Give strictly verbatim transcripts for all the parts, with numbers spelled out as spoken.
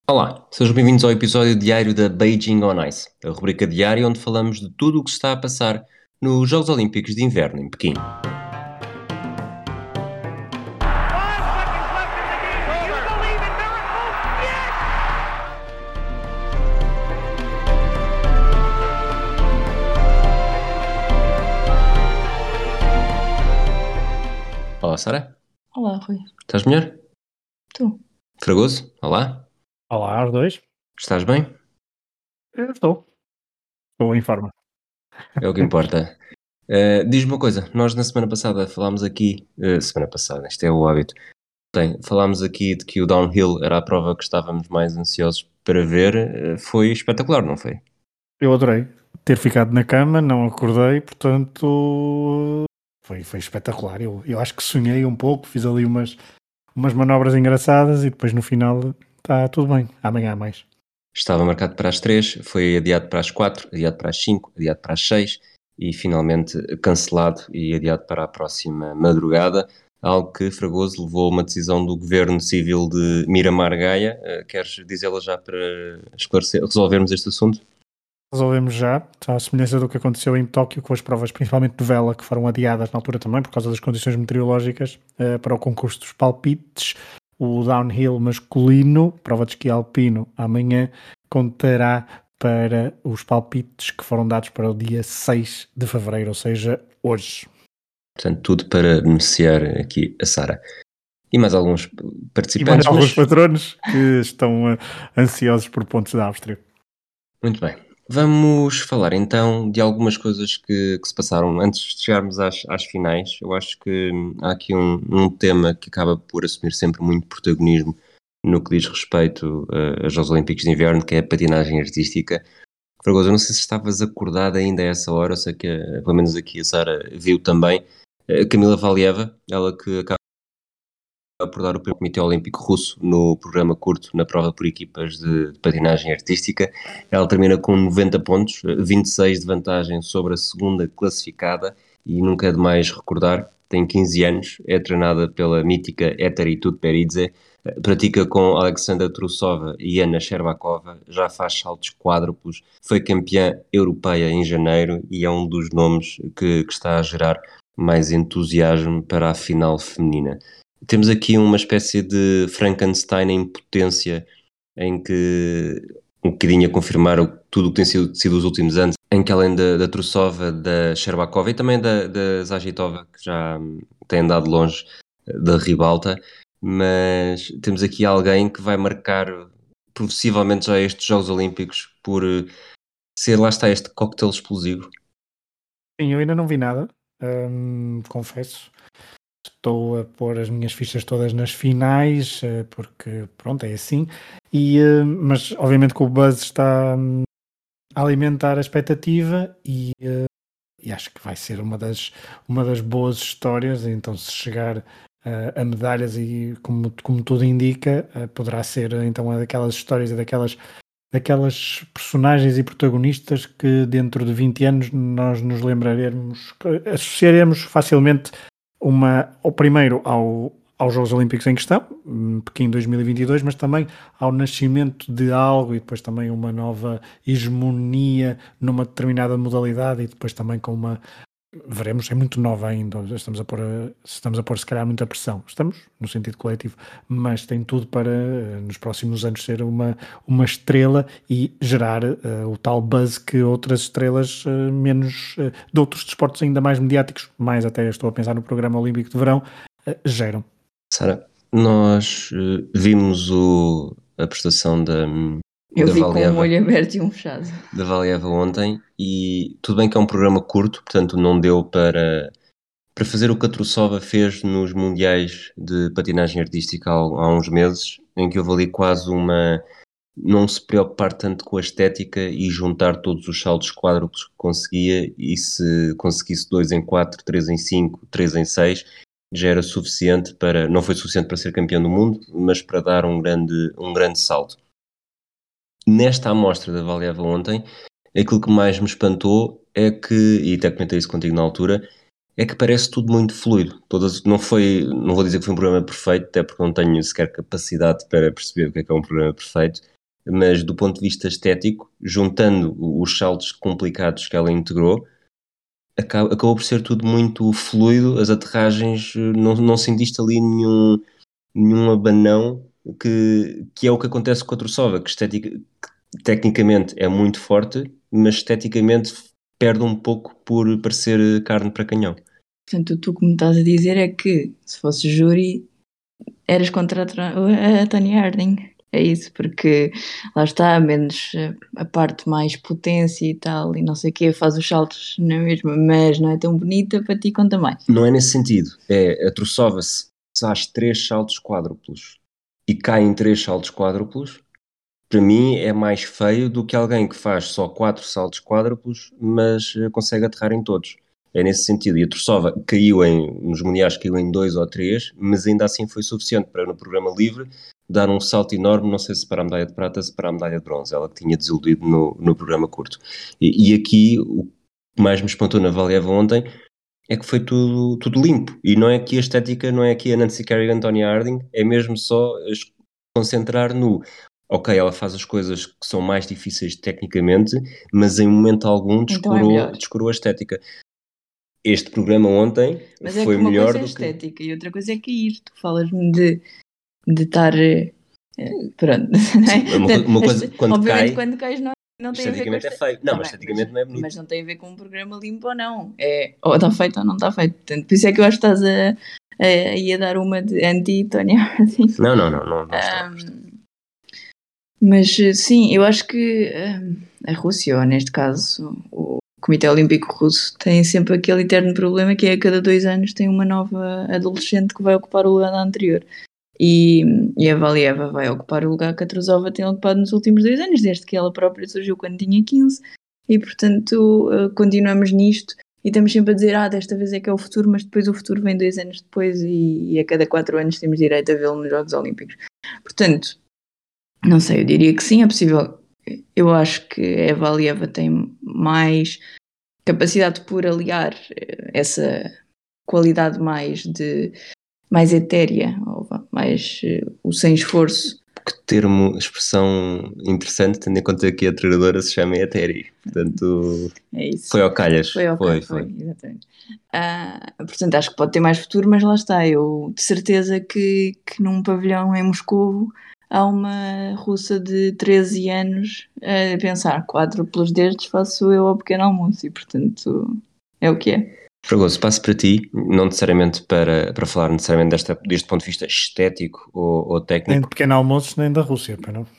Olá, sejam bem-vindos ao episódio diário da Beijing on Ice, a rubrica diária onde falamos de tudo o que está a passar nos Jogos Olímpicos de Inverno em Pequim. Olá, Sara. Olá, Rui. Estás melhor? Tu? Fragoso? Olá. Olá aos dois. Estás bem? Eu estou. Estou em forma. É o que importa. Uh, diz-me uma coisa, nós na semana passada falámos aqui, uh, semana passada, isto é o hábito, tem, falámos aqui de que o downhill era a prova que estávamos mais ansiosos para ver, uh, foi espetacular, não foi? Eu adorei ter ficado na cama, não acordei, portanto foi, foi espetacular. Eu, eu acho que sonhei um pouco, fiz ali umas, umas manobras engraçadas e depois no final está tudo bem. Amanhã há mais. Estava marcado para as três, foi adiado para as quatro, adiado para as cinco, adiado para as seis e finalmente cancelado e adiado para a próxima madrugada, algo que Fragoso levou a uma decisão do Governo Civil de Miramar Gaia. Uh, queres dizê-la já para esclarecer, resolvermos este assunto? Resolvemos já, à semelhança do que aconteceu em Tóquio, com as provas principalmente de vela, que foram adiadas na altura também por causa das condições meteorológicas, uh, para o concurso dos palpites. O downhill masculino, prova de esqui alpino, amanhã contará para os palpites que foram dados para o dia seis de fevereiro, ou seja, hoje. Portanto, tudo para beneficiar aqui a Sara. E mais alguns participantes. E mais alguns mas... patronos que estão uh, ansiosos por pontos da Áustria. Muito bem. Vamos falar então de algumas coisas que, que se passaram antes de chegarmos às, às finais. Eu acho que há aqui um, um tema que acaba por assumir sempre muito protagonismo no que diz respeito uh, aos Jogos Olímpicos de Inverno, que é a patinagem artística. Fragoso, eu não sei se estavas acordada ainda a essa hora, eu sei que uh, pelo menos aqui a Sara viu também. Uh, Kamila Valieva, ela que acaba por dar o primeiro Comitê Olímpico Russo no programa curto na prova por equipas de, de patinagem artística. Ela termina com noventa pontos, vinte e seis de vantagem sobre a segunda classificada e nunca é demais recordar, tem quinze anos, é treinada pela mítica Eteri Tutberidze, pratica com Alexandra Trusova e Ana Sherbakova, já faz saltos quádruplos, foi campeã europeia em janeiro e é um dos nomes que, que está a gerar mais entusiasmo para a final feminina. Temos aqui uma espécie de Frankenstein em potência, em que um bocadinho a confirmar o, tudo o que tem sido, sido os últimos anos, em que além da, da Trusova, da Sherbakova e também da, da Zagitova, que já tem andado longe da ribalta, mas temos aqui alguém que vai marcar possivelmente já estes Jogos Olímpicos por ser, lá está, este cóctel explosivo. Sim, eu ainda não vi nada, hum, confesso. Estou a pôr as minhas fichas todas nas finais, porque pronto, é assim. E, mas obviamente que o buzz está a alimentar a expectativa e, e acho que vai ser uma das, uma das boas histórias. Então, se chegar a, a medalhas e como, como tudo indica, poderá ser então uma daquelas histórias e daquelas, daquelas personagens e protagonistas que dentro de vinte anos nós nos lembraremos, associaremos facilmente uma, ao primeiro ao, aos Jogos Olímpicos em questão, Pequim dois mil e vinte e dois, mas também ao nascimento de algo e depois também uma nova hegemonia numa determinada modalidade e depois também com uma, veremos, é muito nova ainda, estamos a pôr, estamos a pôr se calhar muita pressão, estamos no sentido coletivo, mas tem tudo para nos próximos anos ser uma, uma estrela e gerar uh, o tal buzz que outras estrelas uh, menos, uh, de outros desportos ainda mais mediáticos, mais até estou a pensar no programa olímpico de verão, uh, geram. Sara, nós uh, vimos o, a prestação da Eu da vi Valieva, com um olho aberto e um fechado. Da Valieva ontem, e tudo bem que é um programa curto, portanto não deu para, para fazer o que a Trusova fez nos mundiais de patinagem artística há, há uns meses, em que houve ali quase uma... não se preocupar tanto com a estética e juntar todos os saltos quádruplos que conseguia, e se conseguisse dois em quatro, três em cinco, três em seis, já era suficiente para... não foi suficiente para ser campeão do mundo, mas para dar um grande, um grande salto. Nesta amostra da Valieva ontem, aquilo que mais me espantou é que, e até comentei isso contigo na altura, é que parece tudo muito fluido. Todas, não foi, não vou dizer que foi um programa perfeito, até porque não tenho sequer capacidade para perceber o que é que é um programa perfeito, mas do ponto de vista estético, juntando os saltos complicados que ela integrou, acabou, acabou por ser tudo muito fluido. As aterragens, não, não sentiste ali nenhum, nenhum abanão, que, que é o que acontece com a Trusova, que, estetica, que tecnicamente é muito forte, mas esteticamente perde um pouco por parecer carne para canhão. Portanto, tu que me estás a dizer é que, se fosse júri, eras contra a, Tra- a Tonya Harding. É isso, porque lá está, menos eh, a parte mais potência e tal, e não sei o quê, faz os saltos na mesma, mas não é tão bonita, para ti conta mais. Não é nesse sentido. É, a Trusova, se faz três saltos quádruplos e cai em três saltos quádruplos, para mim é mais feio do que alguém que faz só quatro saltos quádruplos, mas eh, consegue aterrar em todos. É nesse sentido. E a Trusova caiu em, nos mundiais caiu em dois ou três, mas ainda assim foi suficiente para, no programa livre, dar um salto enorme, não sei se para a medalha de prata, se para a medalha de bronze, ela que tinha desiludido no, no programa curto. E, e aqui, o que mais me espantou na Valieva ontem é que foi tudo, tudo limpo. E não é aqui a estética, não é aqui a Nancy Kerrigan, Tonya Harding, é mesmo só es- concentrar no... Ok, ela faz as coisas que são mais difíceis tecnicamente, mas em momento algum Então é descurou, melhor. descurou a estética. Este programa ontem Mas é foi que uma melhor coisa é do que... estética e outra coisa é cair. Tu falas-me de de estar. eh, Pronto, não é? Sim, uma, co- uma coisa, Este- quando obviamente, cai, quando cais, não, não tem a ver com esteticamente é esta. feio. Não, Tá mas bem, mas, esteticamente não é mas bonito. não tem a ver com um programa limpo ou não. É ou está feito ou não está feito. Portanto, por isso é que eu acho que estás a, a, a ir a dar uma de anti-Tonya Harding. Não, não, não, não, não estou. Ahm, mas eh, sim, eu acho que ahm, a Rússia, ou neste caso o Comitê Olímpico Russo, tem sempre aquele eterno problema que é a cada dois anos tem uma nova adolescente que vai ocupar o lugar da anterior. E, e a Valieva vai ocupar o lugar que a Trusova tem ocupado nos últimos dois anos, desde que ela própria surgiu quando tinha quinze, e portanto uh, continuamos nisto e estamos sempre a dizer, ah, desta vez é que é o futuro, mas depois o futuro vem dois anos depois e, e a cada quatro anos temos direito a vê-lo nos Jogos Olímpicos. Portanto, não sei, eu diria que sim, é possível. Eu acho que a Valieva tem mais capacidade por aliar eh, essa qualidade mais de mais etérea, ou vá, mais uh, o sem esforço. Que termo, expressão interessante, tendo em conta que a treinadora se chama Eteri. Portanto, É isso. foi ao calhas. Foi ao Foi, calhas, foi, foi. exatamente. Ah, portanto, acho que pode ter mais futuro, mas lá está. Eu de certeza que, que num pavilhão em Moscovo há uma russa de treze anos a pensar quatro pelos destes faço eu ao pequeno almoço e portanto é o que é. Fragoso, passo para ti, não necessariamente para, para falar necessariamente desta, deste ponto de vista estético ou, ou Nem técnico, de pequeno almoço, nem da Rússia, pá, não?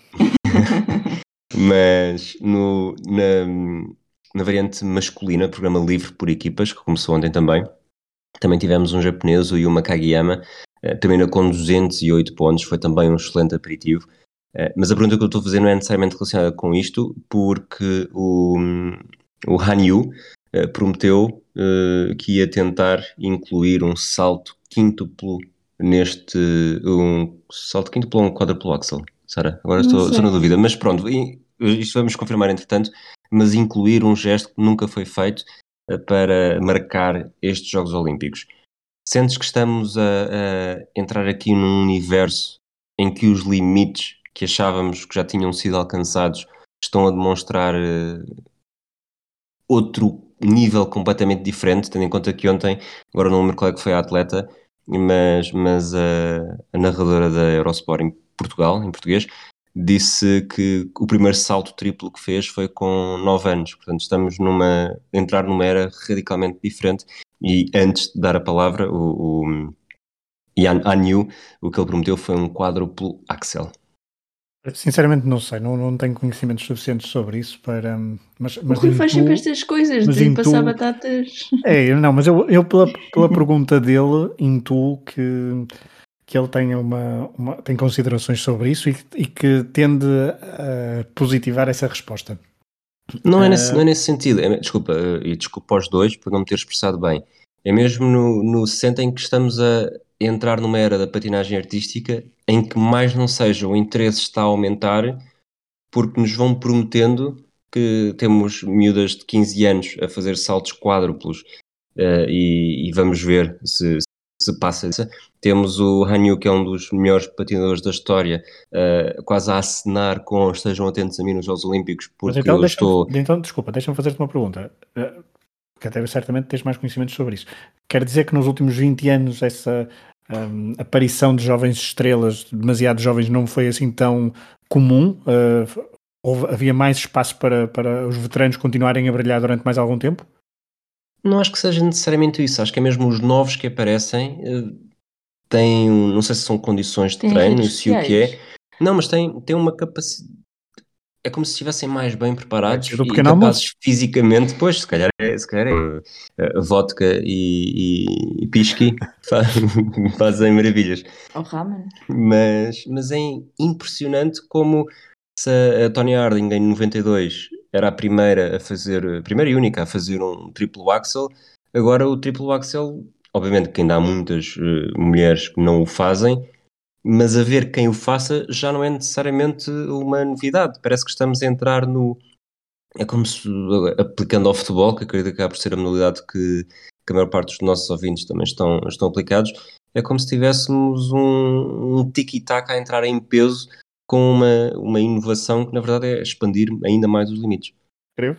mas no, na, na variante masculina, programa livre por equipas, que começou ontem também, também tivemos um japonês, o Yuma Kagiyama, eh, terminou com duzentos e oito pontos, foi também um excelente aperitivo. Eh, mas a pergunta que eu estou a fazer não é necessariamente relacionada com isto, porque o, o Han Yu eh, prometeu eh, que ia tentar incluir um salto quíntuplo neste, um salto quíntuplo ou um quádruplo axel, Sara? Agora Não estou, estou na sei. dúvida, mas pronto, i- isto vamos confirmar entretanto, mas incluir um gesto que nunca foi feito eh, para marcar estes Jogos Olímpicos. Sentes que estamos a, a entrar aqui num universo em que os limites que achávamos que já tinham sido alcançados estão a demonstrar eh, outro nível completamente diferente, tendo em conta que ontem, agora não lembro qual é que foi a atleta, mas, mas a, a narradora da Eurosport em Portugal, em português, disse que o primeiro salto triplo que fez foi com nove anos, portanto estamos numa, a entrar numa era radicalmente diferente. E antes de dar a palavra, o, o Yan Anyu, o que ele prometeu foi um quádruplo axel. Sinceramente não sei, não, não tenho conhecimentos suficientes sobre isso para... Mas, O mas Rui faz sempre intuo- estas coisas mas de passar intuo- batatas. É, eu- não, mas eu, eu pela, pela pergunta dele intuo que, que ele tenha uma, uma- tem considerações sobre isso e, e que tende a positivar essa resposta. Não é nesse, Ah, não é nesse sentido, é- desculpa, eh, e desculpa aos dois por não me ter expressado bem. É mesmo no, no sentido em que estamos a entrar numa era da patinagem artística em que mais não seja o interesse está a aumentar porque nos vão prometendo que temos miúdas de quinze anos a fazer saltos quádruplos uh, e, e vamos ver se, se passa isso. Temos o Han Yu, que é um dos melhores patinadores da história, uh, quase a acenar com estejam atentos a mim nos Jogos Olímpicos, Mas porque então, eu deixa-me, estou... então desculpa, deixa-me fazer-te uma pergunta, eh, que até certamente tens mais conhecimentos sobre isso. Quer dizer que nos últimos vinte anos essa hum, aparição de jovens estrelas, demasiado jovens, não foi assim tão comum? Uh, houve- havia mais espaço para, para os veteranos continuarem a brilhar durante mais algum tempo? Não acho que seja necessariamente isso, acho que é mesmo os novos que aparecem, uh, têm, um- não sei se são condições de Tem treino, redes se o que sociais. é, não, mas têm, têm uma capacidade, é como se estivessem mais bem Deve ser preparados do e pequeno almoço. capazes fisicamente, pois, se calhar é, se calhar é uh, vodka e, e, e pisqui fa- fazem maravilhas. Ao ramen. Mas, mas é impressionante como se a, a Tonya Harding em noventa e dois era a primeira a fazer, a primeira e única a fazer um triplo axel, agora o triplo axel, obviamente que ainda há muitas uh, mulheres que não o fazem, mas a ver quem o faça já não é necessariamente uma novidade. Parece que estamos a entrar no... É como se, aplicando ao futebol, que acredito que acaba por ser a modalidade que, que a maior parte dos nossos ouvintes também estão, estão aplicados, é como se tivéssemos um, um tiki-taka a entrar em peso com uma, uma inovação que, na verdade, é expandir ainda mais os limites. Creio.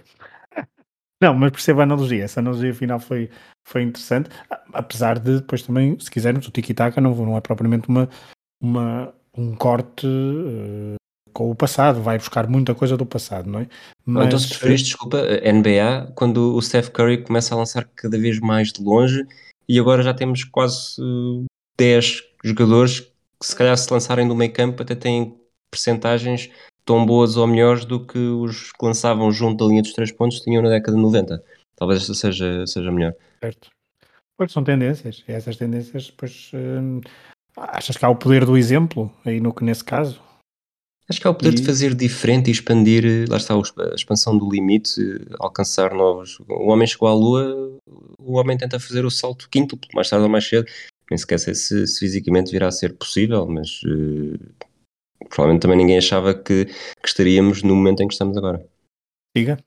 Não, mas percebo a analogia. Essa analogia final foi, foi interessante. A- Apesar de, depois também, se quisermos, o tiki-taka não, não é propriamente uma, uma, um corte eh, com o passado. Vai buscar muita coisa do passado, não é? Ou então, se Mas, eh, preferires, desculpa, a N B A, quando o Steph Curry começa a lançar cada vez mais de longe e agora já temos quase uh, dez jogadores que, se calhar, se lançarem do meio campo, até têm percentagens tão boas ou melhores do que os que lançavam junto da linha dos três pontos tinham na década de noventa. Talvez esta seja, seja melhor. certo. Pois são tendências. E essas tendências, pois, eh, achas que há o poder do exemplo aí no, nesse caso? Acho que é o poder de E, fazer diferente e expandir, eh, lá está, o exp- a expansão do limite, eh, alcançar novos. O homem chegou à Lua, o homem tenta fazer o salto quíntuplo, mais tarde ou mais cedo. Nem sequer sei se, se fisicamente virá a ser possível, mas eh, provavelmente também ninguém achava que, que estaríamos no momento em que estamos agora. diga.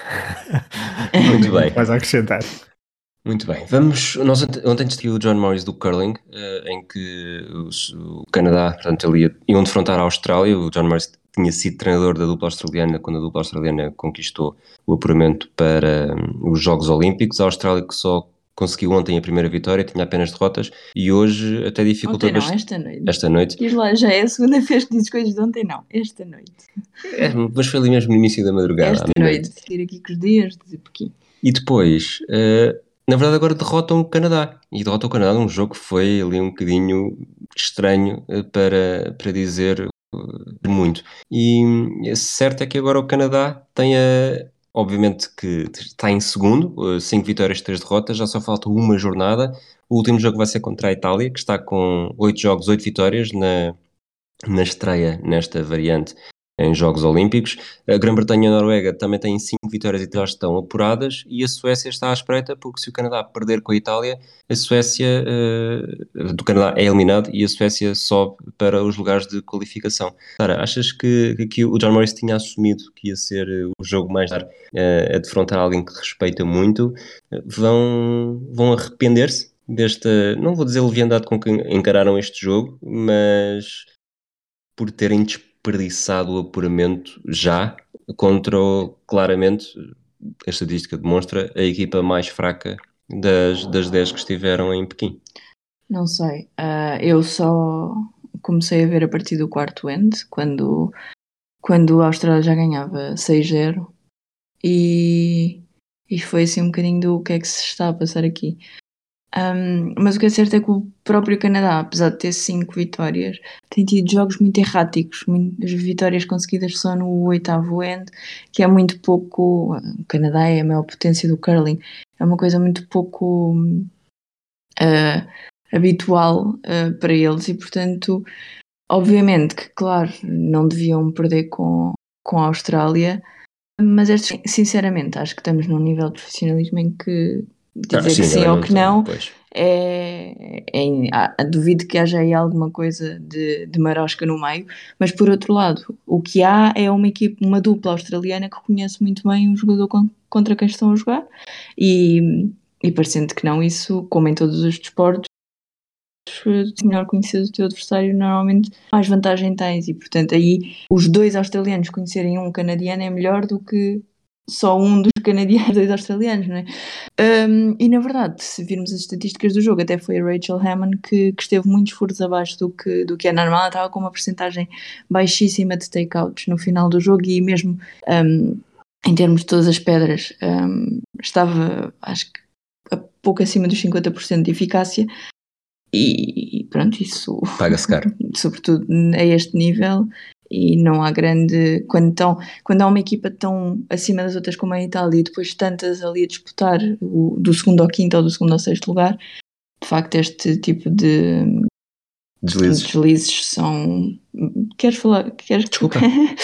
Não Muito tenho muito bem, mais a acrescentar. muito bem. Vamos, nós ont- ontem discutiu o John Morris do curling, eh, em que os- o Canadá, portanto, ele ia, iam defrontar a Austrália. O John Morris tinha sido treinador da dupla australiana quando a dupla australiana conquistou o apuramento para hum, os Jogos Olímpicos. A Austrália, que só conseguiu ontem a primeira vitória, tinha apenas derrotas e hoje até dificultou Ontem não, bastante esta noite. esta noite. Diz lá, já é a segunda vez que dizes coisas de ontem, não. Esta noite. É, mas foi ali mesmo no início da madrugada, Esta à meia-noite. noite. Ir aqui com os dias, dizer pouquinho. E depois, eh, na verdade, agora derrotam o Canadá. E derrotam o Canadá num jogo que foi ali um bocadinho estranho, eh, para, para dizer eh, muito. E hum, certo é que agora o Canadá tem a. Obviamente que está em segundo, eh, cinco vitórias, três derrotas, já só falta uma jornada. O último jogo vai ser contra a Itália, que está com oito jogos, oito vitórias na, na estreia nesta variante em Jogos Olímpicos. A Grã-Bretanha e a Noruega também têm cinco vitórias e já estão apuradas, e a Suécia está à espreita, porque se o Canadá perder com a Itália, a Suécia uh, do Canadá é eliminado e a Suécia sobe para os lugares de qualificação. Sara, achas que, que o John Morris tinha assumido que ia ser o jogo mais dar uh, a defrontar alguém que respeita muito? Vão, vão arrepender-se desta, não vou dizer leviandade com que encararam este jogo, mas por terem desperdiçado o apuramento já contra, o, claramente, a estatística demonstra, a equipa mais fraca das, das dez que estiveram em Pequim. Não sei. Ah, eu só comecei a ver a partir do quarto end, quando, quando a Austrália já ganhava seis zero. E, e foi assim um bocadinho do que é que se está a passar aqui. Um, mas o que é certo é que o próprio Canadá, apesar de ter cinco vitórias, tem tido jogos muito erráticos, muitas vitórias conseguidas só no oitavo end, que é muito pouco. O Canadá é a maior potência do curling, é uma coisa muito pouco uh, habitual uh, para eles, e portanto, obviamente que, claro, não deviam perder com, com a Austrália, mas este, sinceramente acho que estamos num nível de profissionalismo em que dizer Ah, sim, que sim ou que não pois. é, é, é duvido que haja aí alguma coisa de, de marosca no meio, mas por outro lado, o que há é uma equipe, uma dupla australiana que conhece muito bem o jogador con, contra quem estão a jogar, e, e parecendo que não, isso, como em todos os desportos, se melhor conheces o teu adversário, normalmente mais vantagem tens, e portanto aí os dois australianos conhecerem um canadiano é melhor do que só um dos canadianos, dois australianos, não é? Um, e na verdade, se virmos as estatísticas do jogo, até foi a Rachel Hammond que, que esteve muitos furos abaixo do que, do que é normal. Ela estava com uma porcentagem baixíssima de takeouts no final do jogo, e mesmo um, em termos de todas as pedras, um, estava, acho que, a pouco acima dos cinquenta por cento de eficácia. E pronto, isso paga-se caro, sobretudo a este nível, e não há grande, quando, tão, quando há uma equipa tão acima das outras como a Itália, e depois tantas ali a disputar o, do segundo ao quinto ou do segundo ao sexto lugar, de facto este tipo de deslizes, deslizes são... Queres falar? Queres... Desculpa.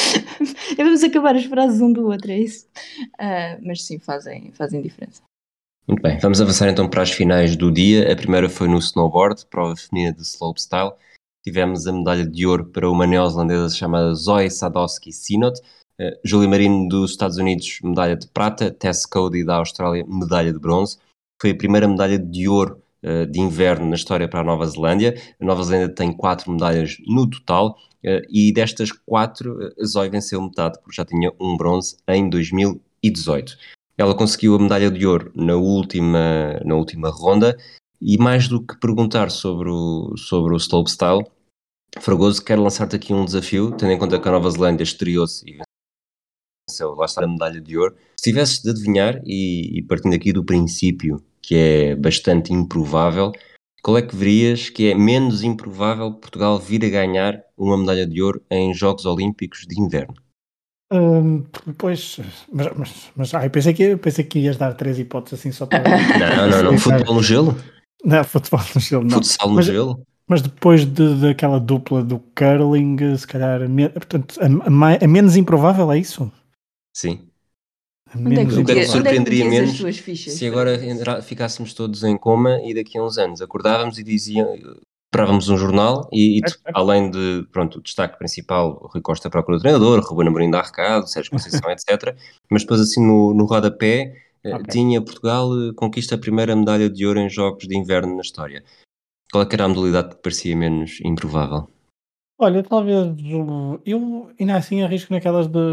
Vamos acabar as frases um do outro, é isso? Uh, mas sim, fazem, fazem diferença. Muito bem, vamos avançar então para as finais do dia. A primeira foi no snowboard, prova feminina de slopestyle. Tivemos a medalha de ouro para uma neozelandesa chamada Zoe Sadowski-Synnott. Uh, Julie Marino dos Estados Unidos, medalha de prata. Tess Cody da Austrália, medalha de bronze. Foi a primeira medalha de ouro uh, de inverno na história para a Nova Zelândia. A Nova Zelândia tem quatro medalhas no total, uh, e destas quatro, a Zoe venceu metade, porque já tinha um bronze em dois mil e dezoito. Ela conseguiu a medalha de ouro na última, na última ronda, e mais do que perguntar sobre o, sobre o slopestyle, Fragoso, quero lançar-te aqui um desafio, tendo em conta que a Nova Zelândia estreou-se e venceu, lá está a medalha de ouro. Se tivesses de adivinhar, e, e partindo aqui do princípio que é bastante improvável, qual é que verias que é menos improvável Portugal vir a ganhar uma medalha de ouro em Jogos Olímpicos de Inverno? Hum, pois, mas, mas, mas ah, eu pensei que, eu pensei que ias dar três hipóteses assim só para... Não, não, não. Futebol no gelo? Não, futebol no gelo, não. Futsal no mas, gelo? Mas depois de, daquela dupla do curling, se calhar, me, portanto, a, a, a menos improvável é isso? Sim. A Onde é que menos O que é que metias, te onde é que surpreenderia metias as menos tuas fichas? se agora entra- ficássemos todos em coma e daqui a uns anos acordávamos e diziam, esperávamos um jornal e, e tu, além de, pronto, o destaque principal, o Rui Costa procura o treinador, Ruben Amorim dá recado, Sérgio Conceição, etcétera. Mas depois assim no, no rodapé eh, Ok. tinha Portugal eh, conquista a primeira medalha de ouro em Jogos de Inverno na história. Qual é que era a modalidade que parecia menos improvável? Olha, talvez uh, eu ainda assim arrisco naquelas de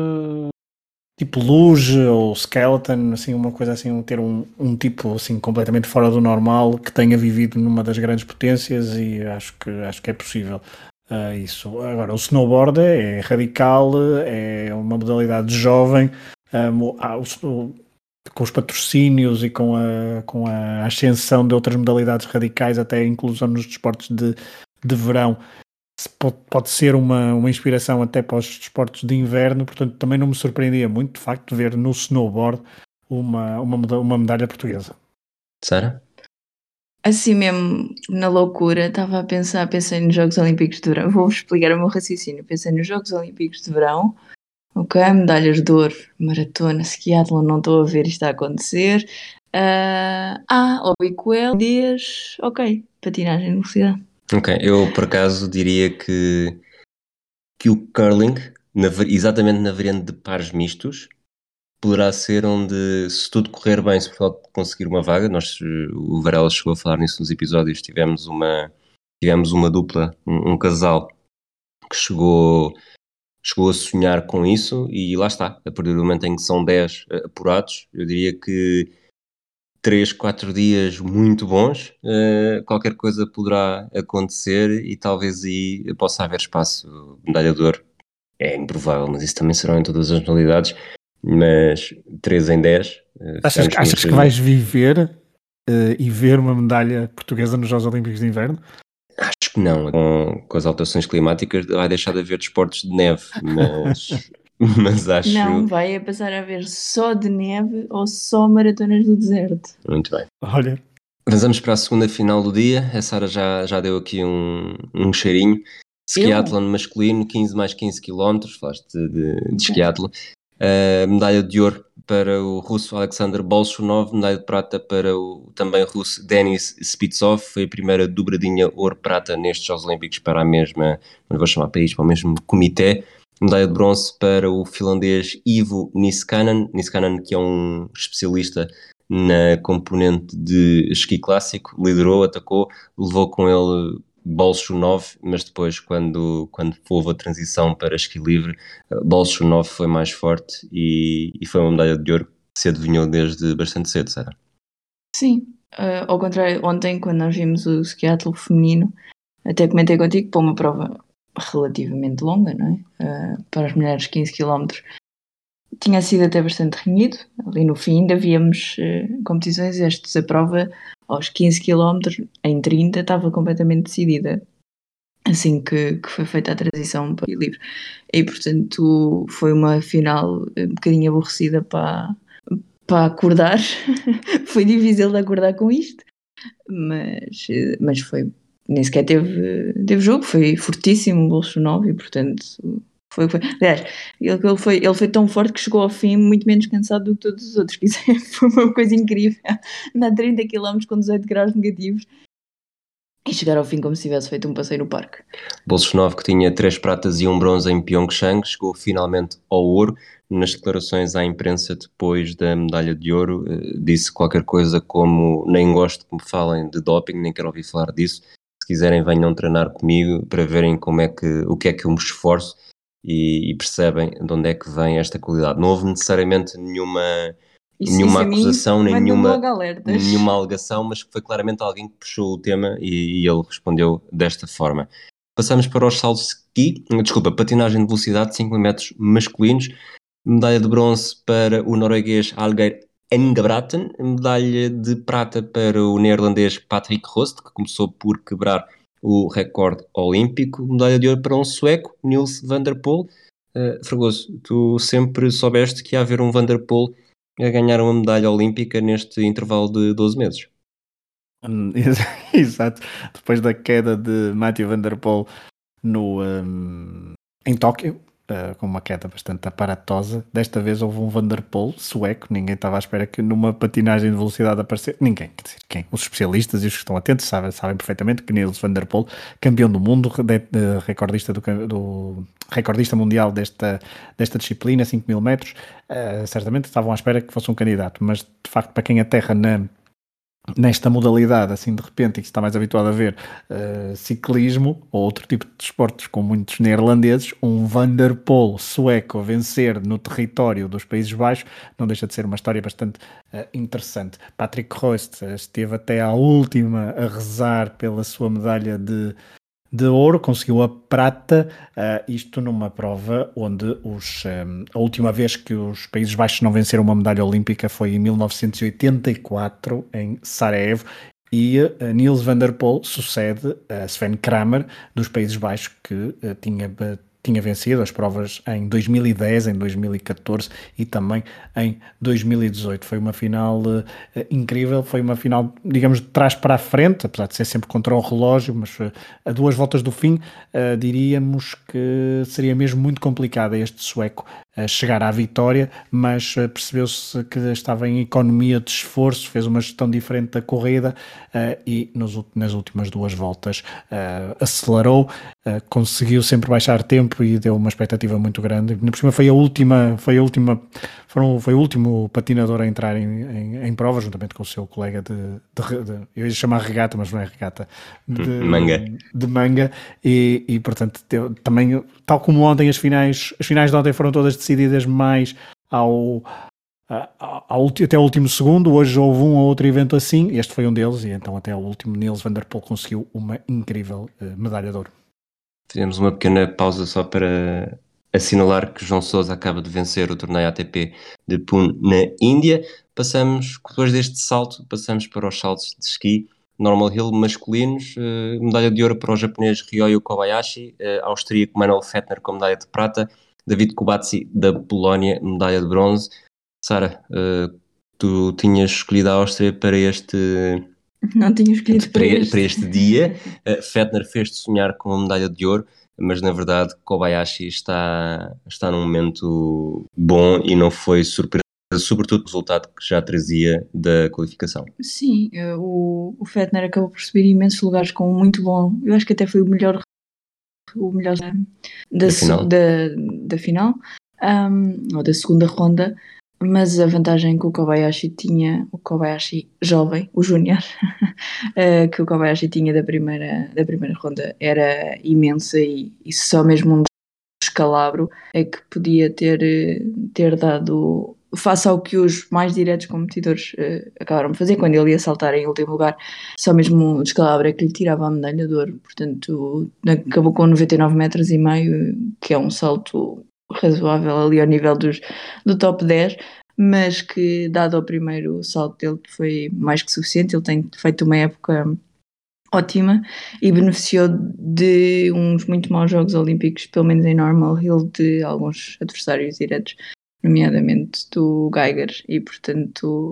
tipo luge ou skeleton, assim, uma coisa assim, ter um, um tipo assim completamente fora do normal que tenha vivido numa das grandes potências, e acho que, acho que é possível uh, isso. Agora, o snowboard é radical, é uma modalidade jovem, um, há o, o, com os patrocínios e com a, com a ascensão de outras modalidades radicais, até a inclusão nos desportos de, de verão. Pode, pode ser uma, uma inspiração até para os desportos de inverno, portanto também não me surpreendia muito, de facto, ver no snowboard uma, uma, uma medalha portuguesa. Sara? Assim mesmo, na loucura, estava a pensar, pensei nos Jogos Olímpicos de Verão, vou-vos explicar o meu raciocínio, pensei nos Jogos Olímpicos de Verão, ok, medalhas de ouro, maratona, skiathlon, não estou a ver isto a acontecer, uh, ah, obicoel, dias, ok, patinagem de velocidade. Ok, eu por acaso diria que, que o curling, na, exatamente na variante de pares mistos, poderá ser onde, se tudo correr bem, se Portugal conseguir uma vaga, nós, o Varela chegou a falar nisso nos episódios, tivemos uma, tivemos uma dupla, um, um casal que chegou, chegou a sonhar com isso, e lá está, a partir do momento em que são dez apurados, eu diria que três, quatro dias muito bons, uh, qualquer coisa poderá acontecer e talvez aí possa haver espaço. Medalha de ouro é improvável, mas isso também serão em todas as modalidades. Mas três em dez. Uh, Achas, achas que vais viver uh, e ver uma medalha portuguesa nos Jogos Olímpicos de Inverno? Acho que não. Com, com as alterações climáticas vai deixar de haver desportos de neve, mas, mas acho... Não, vai é passar a haver só de neve ou só maratonas do deserto. Muito bem. Olha. Avançamos para a segunda final do dia. A Sara já, já deu aqui um, um cheirinho. Skiathlon masculino, quinze mais quinze quilómetros, falaste de, de, de okay. skiathlon. Uh, medalha de ouro para o russo Alexander Bolshunov, medalha de prata para o também russo Denis Spitsov. Foi a primeira dobradinha ouro-prata nestes Jogos Olímpicos para a mesma, não vou chamar país, para o mesmo comitê. Medalha de bronze para o finlandês Ivo Niskanen, Niskanen que é um especialista na componente de esqui clássico, liderou, atacou, levou com ele Bolshunov, mas depois quando, quando houve a transição para esqui livre, Bolshunov foi mais forte e, e foi uma medalha de ouro que se adivinhou desde bastante cedo, Sara. Sim, uh, ao contrário, ontem quando nós vimos o skiatlo feminino, até comentei contigo para uma prova relativamente longa, não é? Uh, para as mulheres quinze quilómetros, tinha sido até bastante renhido. Ali no fim ainda víamos uh, competições estes. A prova aos quinze quilómetros, em trinta, estava completamente decidida. Assim que, que foi feita a transição para o livre. E portanto foi uma final um bocadinho aborrecida para, para acordar. Foi difícil de acordar com isto. Mas, mas foi, nem sequer teve, teve jogo, foi fortíssimo o Bolshunov e portanto foi, foi. Aliás, ele, ele, foi, ele foi tão forte que chegou ao fim muito menos cansado do que todos os outros. Foi uma coisa incrível, andar trinta quilómetros com dezoito graus negativos e chegar ao fim como se tivesse feito um passeio no parque. Bolshunov, que tinha três pratas e um bronze em Pyeongchang, chegou finalmente ao ouro. Nas declarações à imprensa depois da medalha de ouro, disse qualquer coisa como: nem gosto que me falem de doping, nem quero ouvir falar disso, se quiserem venham treinar comigo para verem como é que, o que é que eu me esforço e, e percebem de onde é que vem esta qualidade. Não houve necessariamente nenhuma, Isso, nenhuma isso acusação, nem nenhuma, nenhuma, nenhuma alegação, mas foi claramente alguém que puxou o tema e, e ele respondeu desta forma. Passamos para os saltos de ski, desculpa, patinagem de velocidade, cinco mil metros masculinos. Medalha de bronze para o norueguês Hallgeir Ingebrigtsen, medalha de prata para o neerlandês Patrick Rost, que começou por quebrar o recorde olímpico, medalha de ouro para um sueco, Nils van der Poel. Uh, Fragoso, tu sempre soubeste que ia haver um Van der Poel a ganhar uma medalha olímpica neste intervalo de doze meses. Hum, exato, depois da queda de Mathieu van der Poel no, um, em Tóquio, uh, com uma queda bastante aparatosa, desta vez houve um Van der Poel sueco. Ninguém estava à espera que numa patinagem de velocidade aparecesse, ninguém, quer dizer, quem? Os especialistas e os que estão atentos sabem, sabem perfeitamente que Nils van der Poel, campeão do mundo, de, de, recordista, do, do, recordista mundial desta, desta disciplina, cinco mil metros, uh, certamente estavam à espera que fosse um candidato, mas de facto para quem aterra na nesta modalidade, assim de repente, e que se está mais habituado a ver uh, ciclismo ou outro tipo de desportos com muitos neerlandeses, um Van der Poel sueco a vencer no território dos Países Baixos não deixa de ser uma história bastante uh, interessante. Patrick Rost esteve até à última a rezar pela sua medalha de de ouro, conseguiu a prata, uh, isto numa prova onde os, um, a última vez que os Países Baixos não venceram uma medalha olímpica foi em mil novecentos e oitenta e quatro, em Sarajevo, e uh, Nils van der Poel sucede a Sven Kramer dos Países Baixos, que uh, tinha uh, tinha vencido as provas em dois mil e dez, em dois mil e catorze e também em dois mil e dezoito. Foi uma final uh, incrível, foi uma final, digamos, de trás para a frente, apesar de ser sempre contra o relógio, mas uh, a duas voltas do fim, uh, diríamos que seria mesmo muito complicado este sueco uh, chegar à vitória, mas uh, percebeu-se que estava em economia de esforço, fez uma gestão diferente da corrida uh, e nos, nas últimas duas voltas uh, acelerou, uh, conseguiu sempre baixar tempo e deu uma expectativa muito grande. Por cima foi a última, foi a última, foram, foi o último patinador a entrar em, em, em prova, juntamente com o seu colega de, de, de eu ia chamar regata, mas não é regata, de manga, de manga e, e portanto deu, também, tal como ontem as finais, as finais de ontem foram todas decididas mais ao, ao, ao até ao último segundo. Hoje houve um ou outro evento assim, este foi um deles, e então até ao último Nils van der Poel conseguiu uma incrível uh, medalha de ouro. Fizemos uma pequena pausa só para assinalar que João Sousa acaba de vencer o torneio A T P de Pune na Índia. Passamos, depois deste salto, passamos para os saltos de esqui. Normal Hill masculinos, uh, medalha de ouro para o japonês Ryoyo Kobayashi, uh, austríaco Manuel Fettner com medalha de prata, David Kubacki da Polónia, medalha de bronze. Sara, uh, tu tinhas escolhido a Áustria para este... Não tinha escolhido para, para, este. para este dia. uh, Fettner fez-te sonhar com uma medalha de ouro, mas na verdade Kobayashi está, está num momento bom e não foi surpresa, sobretudo o resultado que já trazia da qualificação. Sim, o, o Fettner acabou por subir imensos lugares com um muito bom, eu acho que até foi o melhor o melhor da, da, da final, da, da final um, ou da segunda ronda. mas a vantagem que o Kobayashi tinha, o Kobayashi jovem, o júnior, eh, que o Kobayashi tinha da primeira, da primeira ronda era imensa e, e só mesmo um descalabro é que podia ter, eh, ter dado, face ao que os mais diretos competidores eh, acabaram de fazer, quando ele ia saltar em último lugar, só mesmo o descalabro é que lhe tirava a medalha de ouro, portanto acabou com noventa e nove metros e meio, que é um salto razoável ali ao nível dos, do top dez, mas que dado ao primeiro salto dele foi mais que suficiente. Ele tem feito uma época ótima e beneficiou de uns muito maus Jogos Olímpicos, pelo menos em normal hill, de alguns adversários diretos, nomeadamente do Geiger, e portanto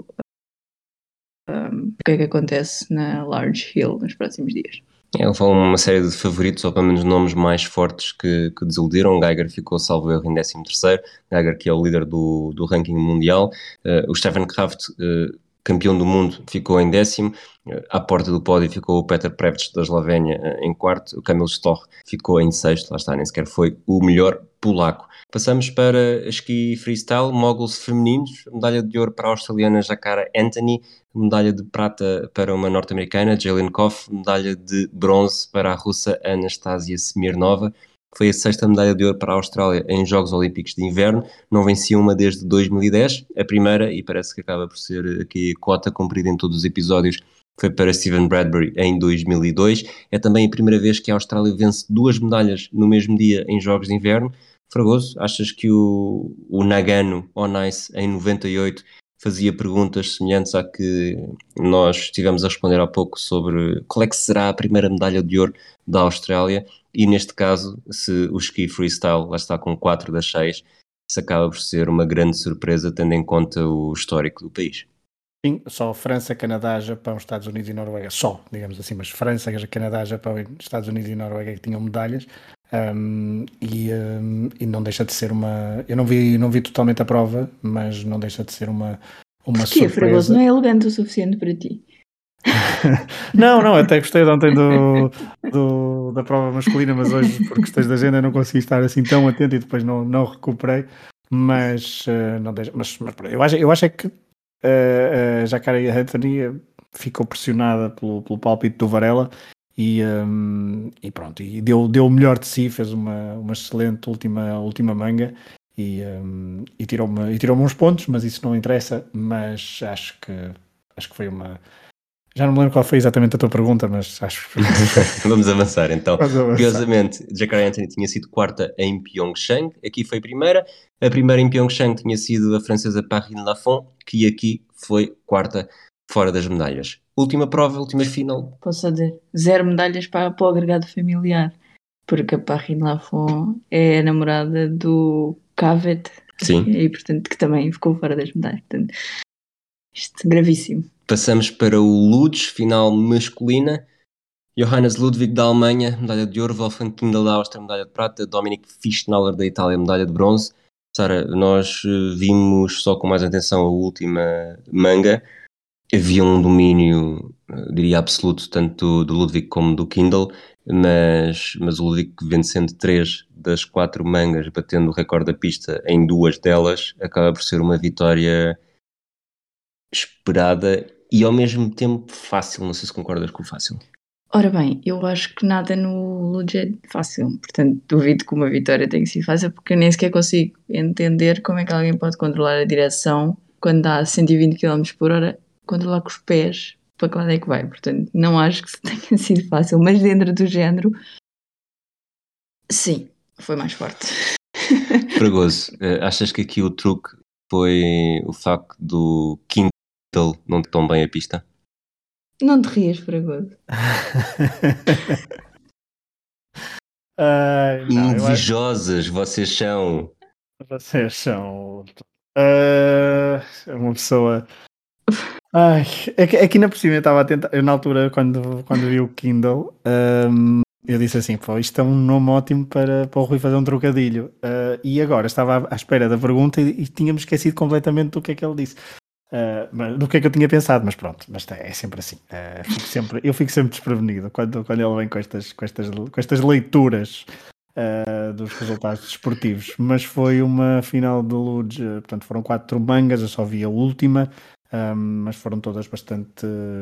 um, o que é que acontece na Large Hill nos próximos dias? É, houve uma série de favoritos, ou pelo menos nomes mais fortes que, que desiludiram. Geiger ficou, salvo erro, em décimo terceiro. Geiger, que é o líder do, do ranking mundial. Uh, o Stefan Kraft, uh, campeão do mundo, ficou em décimo. Uh, à porta do pódio ficou o Peter Prevc da Eslovénia uh, em quarto. O Kamil Stoch ficou em sexto. Lá está, nem sequer foi o melhor polaco. Passamos para esqui freestyle, moguls femininos. Medalha de ouro para a australiana Jacara Anthony. Medalha de prata para uma norte-americana, Jalen Koff. Medalha de bronze para a russa Anastasia Smirnova. Foi a sexta medalha de ouro para a Austrália em Jogos Olímpicos de Inverno. Não vencia uma desde dois mil e dez. A primeira, e parece que acaba por ser aqui cota cumprida em todos os episódios, foi para Stephen Bradbury em dois mil e dois. É também a primeira vez que a Austrália vence duas medalhas no mesmo dia em Jogos de Inverno. Fragoso, achas que o, o Nagano on Ice em noventa e oito fazia perguntas semelhantes à que nós estivemos a responder há pouco sobre qual é que será a primeira medalha de ouro da Austrália, e neste caso, se o ski freestyle lá está com quatro das seis, se acaba por ser uma grande surpresa tendo em conta o histórico do país. Sim, só França, Canadá, Japão, Estados Unidos e Noruega, só, digamos assim, mas França, Canadá, Japão, Estados Unidos e Noruega que tinham medalhas. Um, e, um, e não deixa de ser uma, eu não vi, não vi totalmente a prova, mas não deixa de ser uma, uma Porquê, surpresa. Fragoso? Não é elegante o suficiente para ti? não, não, até gostei de ontem do, do, da prova masculina, mas hoje por questões de agenda não consegui estar assim tão atento e depois não, não recuperei, mas, uh, não deixa, mas, mas eu, acho, eu acho é que uh, a Jacara Anthony ficou pressionada pelo, pelo palpite do Varela. E, um, e pronto, e deu, deu o melhor de si, fez uma, uma excelente última, última manga e, um, e, tirou-me, e tirou-me uns pontos, mas isso não interessa. Mas acho que, acho que foi uma... Já não me lembro qual foi exatamente a tua pergunta, mas acho que... Vamos avançar então. Vamos avançar. Curiosamente, Jacara Anthony tinha sido quarta em Pyeongchang, aqui foi primeira. A primeira em Pyeongchang tinha sido a francesa Parine Lafont, que aqui foi quarta fora das medalhas. Última prova, última final. Posso só dizer, zero medalhas para, para o agregado familiar, porque a Parine Lafont é a namorada do Cavet. Sim. E portanto que também ficou fora das medalhas. Portanto, isto é gravíssimo. Passamos para o Lutz, final masculina. Johannes Ludwig da Alemanha, medalha de ouro. Wolfgang Kindl da Áustria, medalha de prata. Dominic Fichtnaller da Itália, medalha de bronze. Sara, nós vimos só com mais atenção a última manga. Havia um domínio, diria, absoluto, tanto do, do Ludwig como do Kindl, mas, mas o Ludwig, vencendo três das quatro mangas, batendo o recorde da pista em duas delas, acaba por ser uma vitória esperada e ao mesmo tempo fácil. Não sei se concordas com o fácil. Ora bem, eu acho que nada no Lutz é fácil, portanto duvido que uma vitória tenha sido fácil, porque eu nem sequer consigo entender como é que alguém pode controlar a direção quando dá cento e vinte quilómetros por hora, controlar com os pés para que lado é que vai. Portanto, não acho que tenha sido fácil, mas dentro do género, sim, foi mais forte. Fragoso, achas que aqui o truque foi o facto do Kindl não ter tão bem a pista? Não te rias, Fragoso. uh, não, Invejosas acho... vocês são. Vocês são uh, uma pessoa. Ai, é, que, é que ainda por cima eu estava a tentar. Eu, na altura, quando, quando vi o Kindle, um, eu disse assim: pô, isto é um nome ótimo para, para o Rui fazer um trocadilho. Uh, e agora estava à, à espera da pergunta e, e tínhamos esquecido completamente do que é que ele disse. Uh, do que é que eu tinha pensado, mas pronto, mas é sempre assim. Uh, fico sempre, eu fico sempre desprevenido quando, quando ele vem com estas, com estas, com estas leituras uh, dos resultados desportivos, mas foi uma final de Lodz, uh, portanto foram quatro mangas, eu só vi a última, um, mas foram todas bastante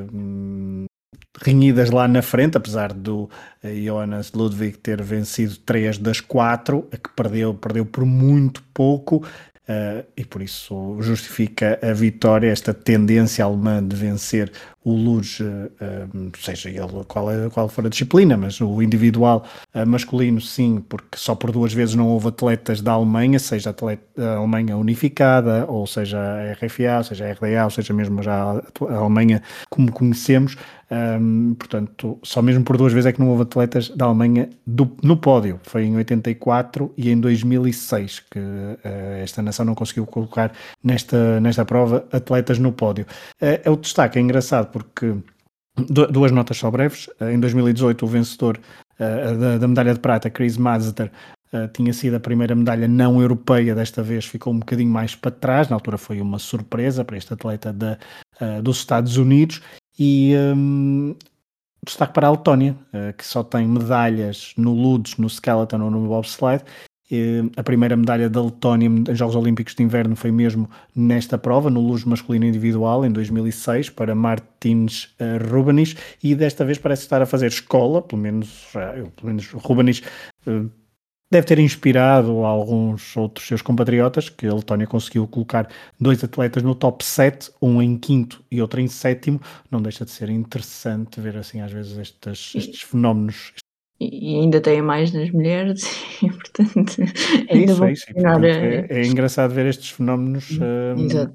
um, renhidas lá na frente, apesar do uh, Jonas Ludwig ter vencido três das quatro, a que perdeu, perdeu por muito pouco. Uh, e por isso justifica a vitória, esta tendência alemã de vencer o Lodz, uh, uh, seja ele qual, é, qual for a disciplina, mas o individual uh, masculino sim, porque só por duas vezes não houve atletas da Alemanha, seja atleta, a Alemanha unificada, ou seja a R F A, ou seja a R D A, ou seja mesmo já a Alemanha como conhecemos. Um, portanto, só mesmo por duas vezes é que não houve atletas da Alemanha do, no pódio. Foi em oitenta e quatro e em dois mil e seis que uh, esta nação não conseguiu colocar nesta, nesta prova atletas no pódio. Uh, é o destaque, é engraçado porque duas notas só breves. Uh, em dois mil e dezoito o vencedor uh, da, da medalha de prata, Chris Mazzer, Uh, tinha sido a primeira medalha não europeia, desta vez ficou um bocadinho mais para trás, na altura foi uma surpresa para este atleta da, uh, dos Estados Unidos. E um, destaque para a Letónia, uh, que só tem medalhas no Lodz, no skeleton ou no bobsled. Uh, a primeira medalha da Letónia em Jogos Olímpicos de Inverno foi mesmo nesta prova, no Lodz masculino individual, em dois mil e seis, para Martins uh, Rubenis, e desta vez parece estar a fazer escola, pelo menos, uh, pelo menos Rubenis uh, deve ter inspirado alguns outros seus compatriotas, que a Letónia conseguiu colocar dois atletas no top sete, um em quinto e outro em sétimo. Não deixa de ser interessante ver assim às vezes estes, estes fenómenos. E ainda tem mais nas mulheres, e portanto é isso, é, isso. E, portanto, é, é engraçado ver estes fenómenos um,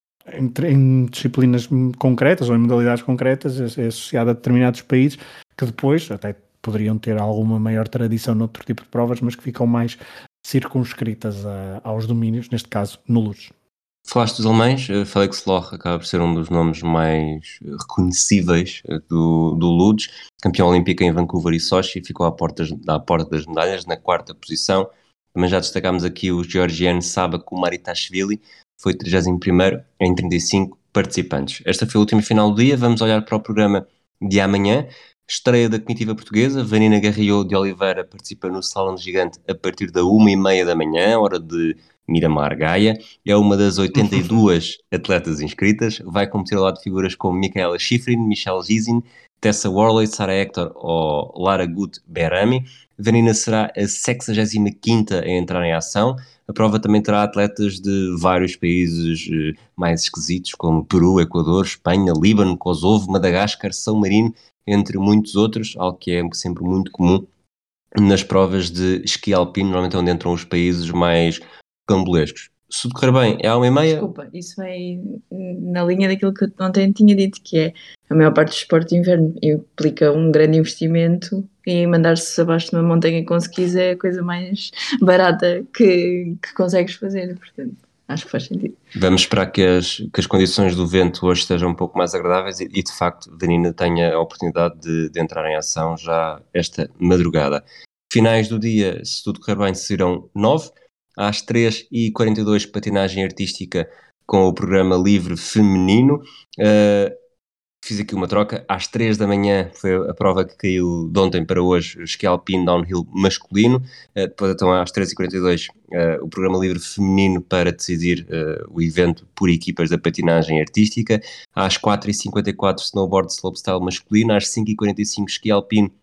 em, em disciplinas concretas ou em modalidades concretas, é, é associado a determinados países que depois até poderiam ter alguma maior tradição noutro tipo de provas, mas que ficam mais circunscritas a, aos domínios, neste caso no Lodz. Falaste dos alemães, Felix Loch acaba por ser um dos nomes mais reconhecíveis do, do Lodz, campeão olímpico em Vancouver e Sochi, ficou à porta, à porta das medalhas, na quarta posição. Também já destacámos aqui o georgiano Saba Kumaritashvili, foi trigésimo primeiro em trinta e cinco participantes. Esta foi a última final do dia, vamos olhar para o programa de amanhã. Estreia da comitiva portuguesa, Vanina Garriou de Oliveira participa no slalom gigante a partir da uma e meia da manhã, hora de Miramar, Gaia. É uma das oitenta e duas atletas inscritas. Vai competir ao lado de figuras como Michaela Schifrin, Michelle Gizin, Tessa Worley, Sarah Hector ou Lara Gut Berami. Vanina será a sexagésima quinta a entrar em ação. A prova também terá atletas de vários países eh, mais esquisitos, como Peru, Equador, Espanha, Líbano, Kosovo, Madagascar, São Marino, entre muitos outros, algo que é sempre muito comum nas provas de esqui alpino, normalmente onde entram os países mais cambolescos. Se decorrer bem, é à uma e meia. Desculpa, isso vai na linha daquilo que eu ontem tinha dito, que é a maior parte do esporte de inverno implica um grande investimento e mandar-se abaixo de uma montanha com skis é a coisa mais barata que, que consegues fazer, portanto acho que faz sentido. Vamos esperar que as, que as condições do vento hoje sejam um pouco mais agradáveis e, e de facto, Vanina tenha a oportunidade de, de entrar em ação já esta madrugada. Finais do dia, se tudo correr bem, serão nove. Às três e quarenta e dois, patinagem artística com o programa livre feminino. Uh, fiz aqui uma troca. Às três da manhã foi a prova que caiu de ontem para hoje, o esqui alpino downhill masculino. Uh, depois então às três e quarenta e dois uh, o programa livre feminino para decidir uh, o evento por equipas da patinagem artística. Às quatro e cinquenta e quatro snowboard slopestyle masculino. Às cinco e quarenta e cinco esqui alpino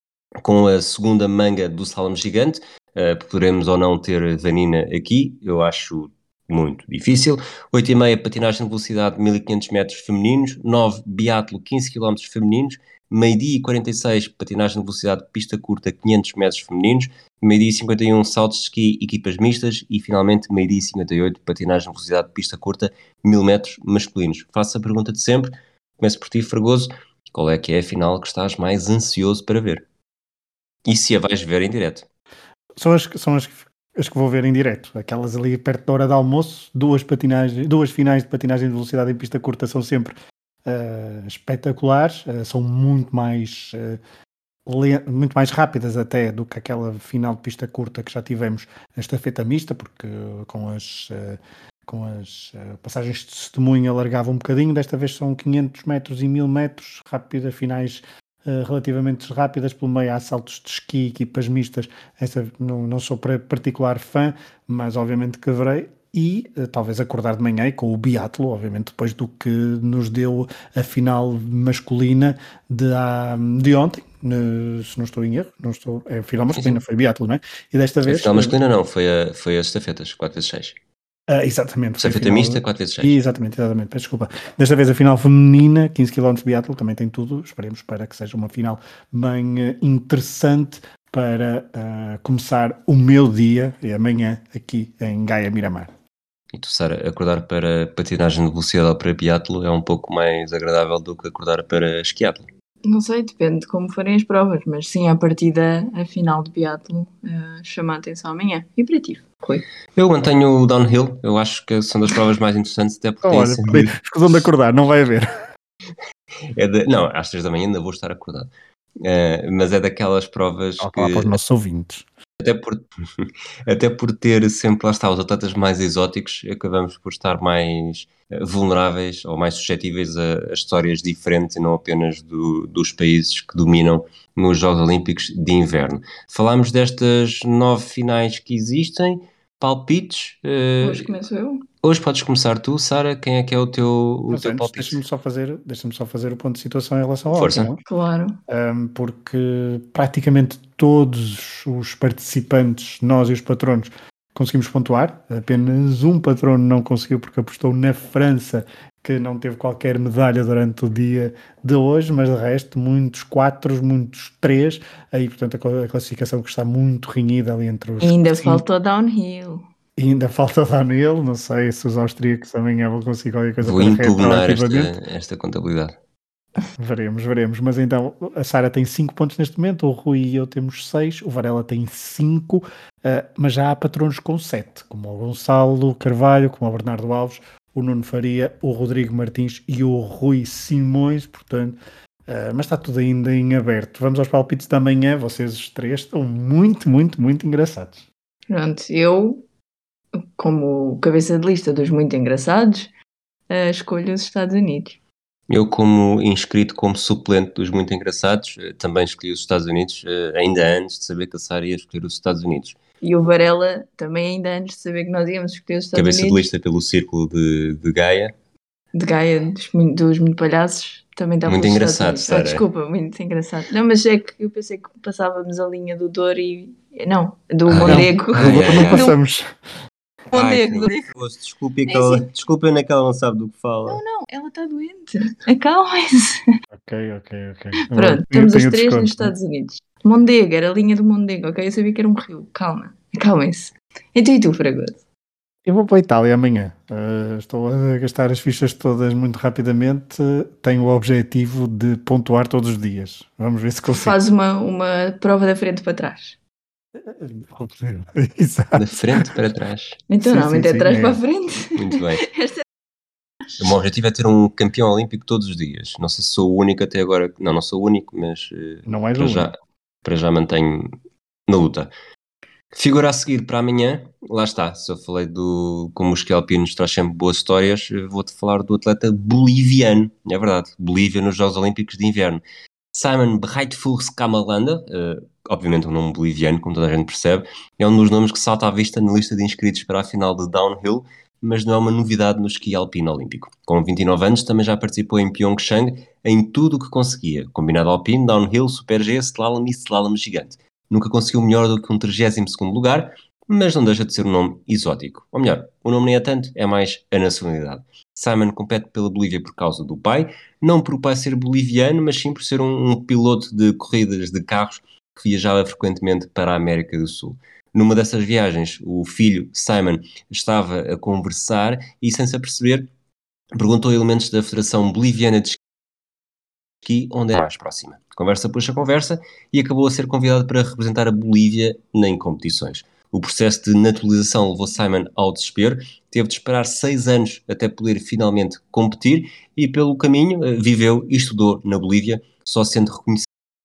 com a segunda manga do slalom gigante. Uh, poderemos ou não ter Vanina aqui, eu acho muito difícil. oito e meia, patinagem de velocidade mil e quinhentos metros femininos. nove, biatlo quinze quilómetros femininos. Meio-dia e quarenta e seis, patinagem de velocidade pista curta quinhentos metros femininos. Meio-dia e cinquenta e um, saltos de ski equipas mistas. E finalmente, meio-dia e cinquenta e oito, patinagem de velocidade pista curta mil metros masculinos. Faço a pergunta de sempre, começo por ti, Fragoso, qual é que é a final que estás mais ansioso para ver? E se a vais ver em direto? São as, são as, as que vou ver em direto, aquelas ali perto da hora de almoço. Duas, patinagens, duas finais de patinagem de velocidade em pista curta são sempre uh, espetaculares, uh, são muito mais, uh, le- muito mais rápidas até do que aquela final de pista curta que já tivemos na estafeta mista, porque uh, com as, uh, com as uh, passagens de testemunha alargava um bocadinho. Desta vez são quinhentos metros e mil metros, rápidas finais uh, relativamente rápidas, pelo meio há saltos de esqui, equipas mistas, essa não, não sou particular fã, mas obviamente que verei. E uh, talvez acordar de manhã e com o biatlo, obviamente depois do que nos deu a final masculina de, ah, de ontem, uh, se não estou em erro, não estou, é a final masculina, sim, sim. Foi biatlo, não é? E desta a vez... A final masculina não, foi a, foi as estafetas, quatro vezes seis. Uh, exatamente. Estafeta final... mista, quatro vezes seis. Exatamente, exatamente, peço desculpa. Desta vez a final feminina, quinze quilómetros de biatlo, também tem tudo, esperemos para que seja uma final bem uh, interessante para uh, começar o meu dia, e amanhã, aqui em Gaia Miramar. E tu, Sara, acordar para patinagem de velocidade ou para biatlo é um pouco mais agradável do que acordar para esquiatlo? Não sei, depende de como forem as provas, mas sim, a partida, a final de biatlo, uh, chama a atenção amanhã. E para ti, Rui? Eu mantenho o downhill, eu acho que são das provas mais interessantes, até porque... Oh, olha, sempre... escusam de acordar, não vai haver. É de... Não, às três da manhã ainda vou estar acordado. Uh, mas é daquelas provas Vou que... falar para os nossos ouvintes. Até por, até por ter sempre, lá está, os atletas mais exóticos, acabamos por estar mais vulneráveis ou mais suscetíveis a, a histórias diferentes e não apenas do, dos países que dominam nos Jogos Olímpicos de Inverno. Falámos destas nove finais que existem, palpites. Uh, hoje começo eu. Hoje podes começar tu, Sara, quem é que é o teu, o teu antes, palpite? Deixa-me só, fazer, deixa-me só fazer o ponto de situação em relação ao Força. Não? Claro. Um, porque praticamente todos os participantes, nós e os patronos, conseguimos pontuar. Apenas um patrono não conseguiu porque apostou na França, que não teve qualquer medalha durante o dia de hoje, mas de resto, muitos quatro, muitos três. Aí, portanto, a classificação que está muito renhida ali entre os... E ainda cinco. falta o downhill. E ainda falta dar nele, não sei se os austríacos amanhã vão conseguir qualquer coisa Vou para impugnar esta, esta contabilidade. Veremos, veremos. Mas então, a Sara tem cinco pontos neste momento, o Rui e eu temos seis, o Varela tem cinco, uh, mas já há patronos com sete, como o Gonçalo Carvalho, como o Bernardo Alves, o Nuno Faria, o Rodrigo Martins e o Rui Simões, portanto... Uh, mas está tudo ainda em aberto. Vamos aos palpites da manhã, vocês os três estão muito, muito, muito engraçados. Pronto, eu... como cabeça de lista dos muito engraçados, uh, escolho os Estados Unidos. Eu, como inscrito como suplente dos muito engraçados, também escolhi os Estados Unidos, ainda antes de saber que a Sara ia escolher os Estados Unidos. E o Varela também ainda antes de saber que nós íamos escolher os Estados cabeça Unidos. Cabeça de lista pelo círculo de, de Gaia. De Gaia, dos, dos muito palhaços, também está muito engraçado, Sara. Ah, desculpa, muito engraçado. Não, mas é que eu pensei que passávamos a linha do Douro e... Não, do ah, Mondego. Não, ai, não passamos. Mondego, do... Desculpe, que ela, desculpe é que ela não sabe do que fala. Não, não, ela está doente. Acalmem-se. Ok, ok, ok. Pronto, estamos os três nos Estados Unidos. Mondego, era a linha do Mondego, ok? Eu sabia que era um rio. Calma, acalmem-se. Então e tu, Fragoso? Eu vou para a Itália amanhã. Uh, estou a gastar as fichas todas muito rapidamente. Tenho o objetivo de pontuar todos os dias. Vamos ver se consigo. Faz uma, uma prova da frente para trás. Exato. Da frente para trás. Então, normalmente é de trás é. para a frente. Muito bem. Esta... O meu objetivo é ter um campeão olímpico todos os dias. Não sei se sou o único até agora. Não, não sou o único, mas não és para, já, para já mantenho na luta. Figura a seguir para amanhã, lá está, se eu falei do como o esqui alpino nos traz sempre boas histórias, vou-te falar do atleta boliviano, é verdade, Bolívia nos Jogos Olímpicos de Inverno. Simon Breitfurs Camalanda, uh, obviamente um nome boliviano, como toda a gente percebe, é um dos nomes que salta à vista na lista de inscritos para a final de downhill, mas não é uma novidade no esqui alpino olímpico. Com vinte e nove anos também já participou em Pyeongchang em tudo o que conseguia, combinado alpino, downhill, super G, slalom e slalom gigante. Nunca conseguiu melhor do que um trigésimo segundo lugar, mas não deixa de ser um nome exótico. Ou melhor, o nome nem é tanto, é mais a nacionalidade. Simon compete pela Bolívia por causa do pai, não por o pai ser boliviano, mas sim por ser um, um piloto de corridas de carros que viajava frequentemente para a América do Sul. Numa dessas viagens, o filho, Simon, estava a conversar e, sem se aperceber, perguntou a elementos da Federação Boliviana de Esqui onde era mais próxima. Conversa puxa conversa e acabou a ser convidado para representar a Bolívia em competições. O processo de naturalização levou Simon ao desespero, teve de esperar seis anos até poder finalmente competir e pelo caminho viveu e estudou na Bolívia, só sendo reconhecido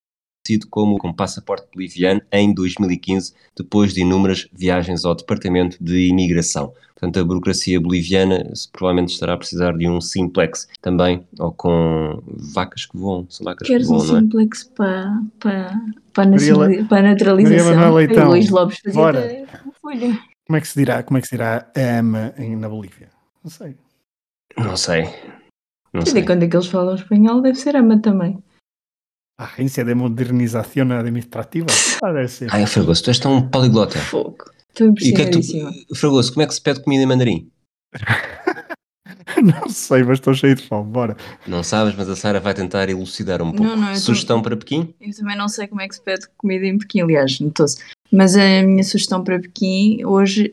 tido como com passaporte boliviano em dois mil e quinze, depois de inúmeras viagens ao Departamento de Imigração. Portanto, a burocracia boliviana provavelmente estará a precisar de um simplex também, ou com vacas que voam. São vacas Queres que voam, um não é? simplex para, para, para, a, Maria nacionali- Le- para a Maria naturalização? Manuel Aí Leitão, o Luís Lopes fazia bora. até a folha. Como é que se dirá, como é que se dirá M em- na Bolívia? Não sei. Não sei. Não Tendo em sei. conta que eles falam espanhol, deve ser ama também. Agência de Modernização Administrativa? Ah, deve ser. Ai, Fragoso, tu és tão poliglota. Fogo. Estou E o que é que impressionadíssima. tu... Fragoso, como é que se pede comida em mandarim? Não sei, mas estou cheio de fome, bora. Não sabes, mas a Sara vai tentar elucidar um pouco. Não, não, eu Sugestão tam- para Pequim? Eu também não sei como é que se pede comida em Pequim, aliás, notou-se. Mas a minha sugestão para Pequim hoje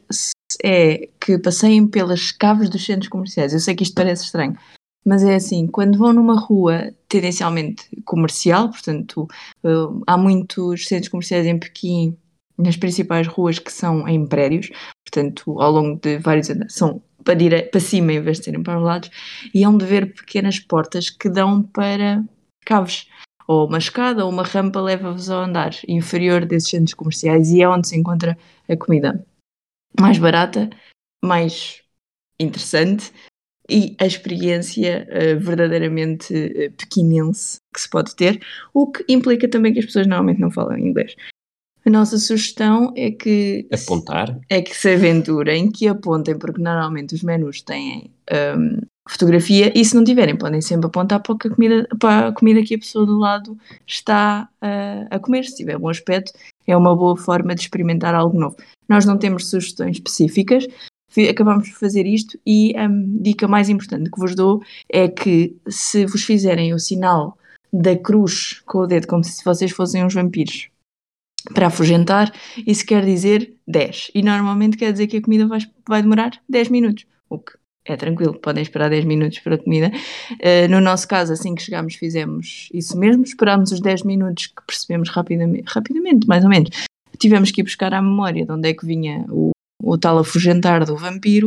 é que passeiem pelas caves dos centros comerciais. Eu sei que isto parece estranho, mas é assim, quando vão numa rua tendencialmente comercial, portanto, uh, há muitos centros comerciais em Pequim, nas principais ruas que são em prédios, portanto, ao longo de vários anos, são para, dire... para cima em vez de serem para os lados, e hão de ver pequenas portas que dão para caves. Ou uma escada ou uma rampa leva-vos ao andar inferior desses centros comerciais e é onde se encontra a comida mais barata, mais interessante e a experiência uh, verdadeiramente uh, pequinense que se pode ter, o que implica também que as pessoas normalmente não falam inglês. A nossa sugestão é que, Apontar? é que se aventurem, que apontem, porque normalmente os menus têm um, fotografia e se não tiverem podem sempre apontar para a comida, para a comida que a pessoa do lado está uh, a comer. Se tiver bom aspecto, é uma boa forma de experimentar algo novo. Nós não temos sugestões específicas, acabamos por fazer isto e a um, dica mais importante que vos dou é que se vos fizerem o sinal da cruz com o dedo, como se vocês fossem uns vampiros, para afugentar, isso quer dizer dez. E normalmente quer dizer que a comida vai, vai demorar dez minutos, o que é tranquilo, podem esperar dez minutos para a comida. Uh, no nosso caso, assim que chegámos, fizemos isso mesmo, esperámos os dez minutos que percebemos rapidamente, rapidamente, mais ou menos. Tivemos que ir buscar à memória de onde é que vinha o, o tal afugentar do vampiro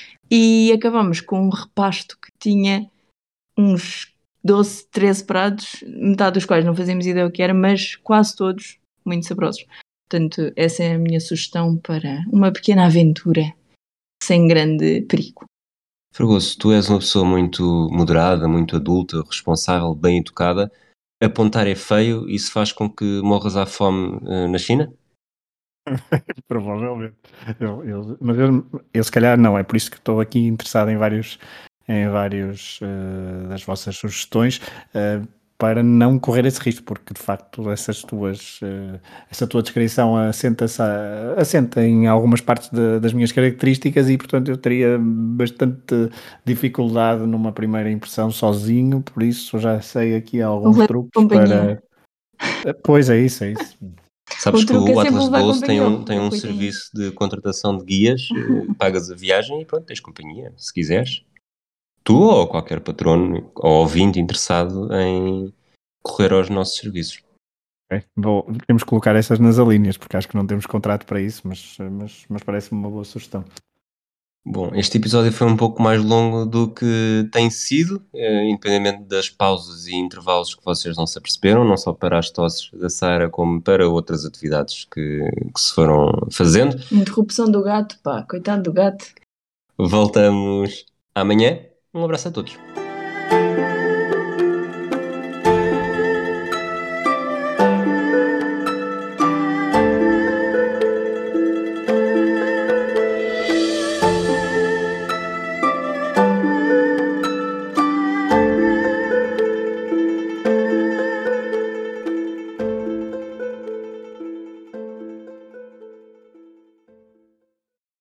e acabamos com um repasto que tinha uns doze, treze pratos, metade dos quais não fazíamos ideia o que era, mas quase todos muito saborosos. Portanto, essa é a minha sugestão para uma pequena aventura sem grande perigo. Fragoso, tu és uma pessoa muito moderada, muito adulta, responsável, bem educada. Apontar é feio e isso faz com que morras à fome uh, na China? Provavelmente. Eu, eu, mas eu, eu se calhar não, é por isso que estou aqui interessado em vários, em vários uh, das vossas sugestões, uh, para não correr esse risco, porque de facto essas tuas, uh, essa tua descrição assenta, assenta em algumas partes de, das minhas características e portanto eu teria bastante dificuldade numa primeira impressão sozinho, por isso já sei aqui alguns truques para... Pois é isso, é isso. Sabes o que o é Atlas de doze tem um, tem um serviço de contratação de guias, pagas a viagem e pronto, tens companhia, se quiseres. Tu ou qualquer patrono ou ouvinte interessado em correr aos nossos serviços. Okay. Vou, temos que colocar essas nas alíneas, porque acho que não temos contrato para isso, mas, mas, mas parece-me uma boa sugestão. Bom, este episódio foi um pouco mais longo do que tem sido, eh, independentemente das pausas e intervalos que vocês não se aperceberam, não só para as tosses da Sara, como para outras atividades que, que se foram fazendo. Interrupção do gato, pá, coitado do gato. Voltamos amanhã. Um abraço a todos.